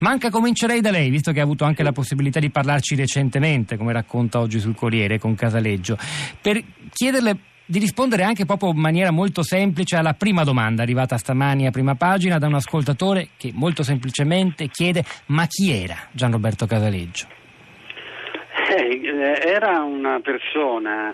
Manca comincerei da lei, visto che ha avuto anche la possibilità di parlarci recentemente, come racconta oggi sul Corriere, con Casaleggio, per chiederle di rispondere anche proprio in maniera molto semplice alla prima domanda arrivata stamani a prima pagina da un ascoltatore che molto semplicemente chiede: ma chi era Gianroberto Casaleggio? Era una persona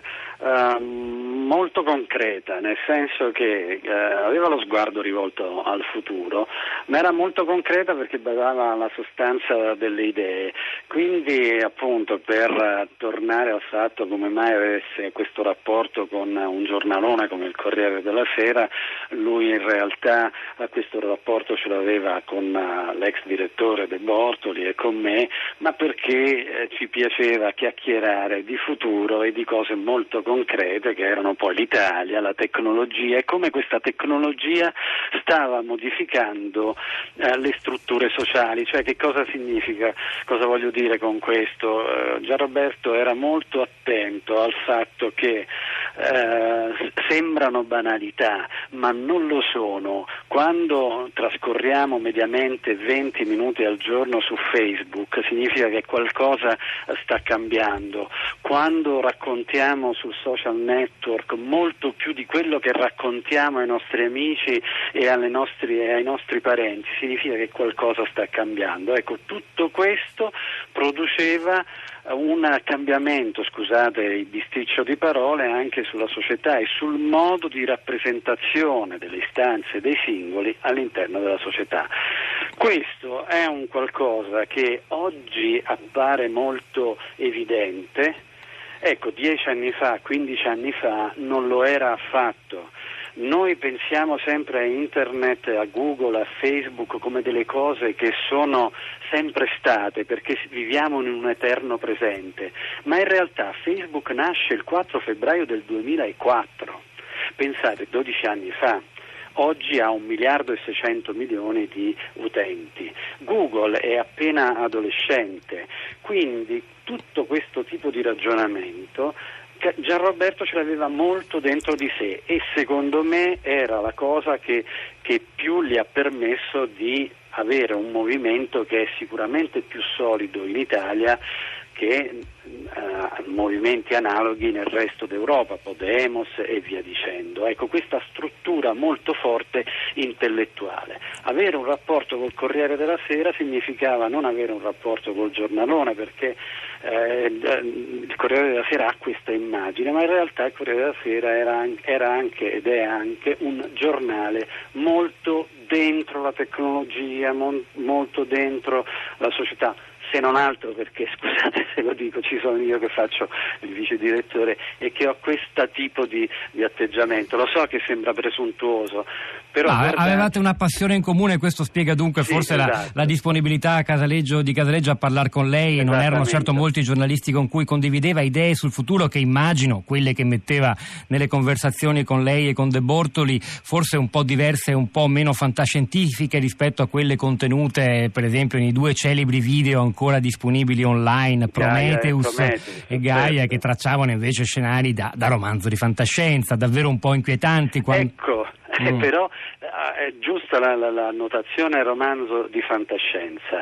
molto concreta, nel senso che aveva lo sguardo rivolto al futuro, ma era molto concreta perché badava alla sostanza delle idee. Quindi, appunto, per tornare al fatto come mai avesse questo rapporto con un giornalone come il Corriere della Sera, lui in realtà questo rapporto ce l'aveva con l'ex direttore De Bortoli e con me, ma perché ci piaceva chiacchierare di futuro e di cose molto concrete che erano poi l'Italia, la tecnologia e come questa tecnologia stava modificando le strutture sociali. Cioè, che cosa significa, cosa voglio dire con questo? Gianroberto era molto attento al fatto che sembrano banalità, ma non lo sono. Quando trascorriamo mediamente 20 minuti al giorno su Facebook, significa che qualcosa sta cambiando. Quando raccontiamo sul social network molto più di quello che raccontiamo ai nostri amici e ai nostri parenti, significa che qualcosa sta cambiando. Ecco, tutto questo produceva un cambiamento, scusate il bisticcio di parole, anche sulla società e sul modo di rappresentazione delle istanze dei singoli all'interno della società. Questo è un qualcosa che oggi appare molto evidente. Ecco, 10 anni fa, 15 anni fa non lo era affatto. Noi pensiamo sempre a internet, a Google, a Facebook come delle cose che sono sempre state, perché viviamo in un eterno presente, ma in realtà Facebook nasce il 4 febbraio del 2004, pensate, 12 anni fa. Oggi ha 1.600 milioni di utenti. Google è appena adolescente, quindi tutto questo tipo di ragionamento Gianroberto ce l'aveva molto dentro di sé e secondo me era la cosa che più gli ha permesso di avere un movimento che è sicuramente più solido in Italia che movimenti analoghi nel resto d'Europa, Podemos e via dicendo. Ecco, questa struttura molto forte intellettuale. Avere un rapporto col Corriere della Sera significava non avere un rapporto col giornalone, perché il Corriere della Sera ha questa immagine, ma in realtà il Corriere della Sera era anche ed è anche un giornale molto dentro la tecnologia, molto dentro la società. Se non altro perché, scusate se lo dico, ci sono io che faccio il vice direttore e che ho questo tipo di atteggiamento. Lo so che sembra presuntuoso, però avevate una passione in comune, questo spiega dunque forse esatto. la disponibilità di Casaleggio a parlare con lei. Non erano certo molti giornalisti con cui condivideva idee sul futuro, che immagino, quelle che metteva nelle conversazioni con lei e con De Bortoli, forse un po' diverse e un po' meno fantascientifiche rispetto a quelle contenute per esempio nei 2 celebri video ancora disponibili online, Prometheus e Gaia, certo, che tracciavano invece scenari da romanzo di fantascienza, davvero un po' inquietanti. Ecco, però è giusta la notazione romanzo di fantascienza.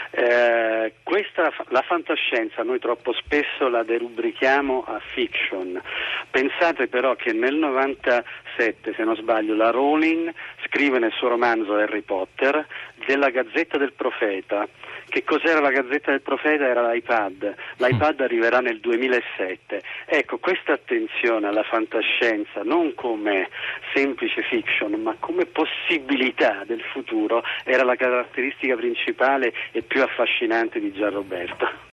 La fantascienza noi troppo spesso la derubrichiamo a fiction. Pensate però che nel 97, se non sbaglio, la Rowling scrive nel suo romanzo Harry Potter della Gazzetta del Profeta. Che cos'era la Gazzetta del Profeta? Era l'iPad. L'iPad arriverà nel 2007. Ecco, questa attenzione alla fantascienza non come semplice fiction, ma come possibilità del futuro era la caratteristica principale e più affascinante di Gianroberto.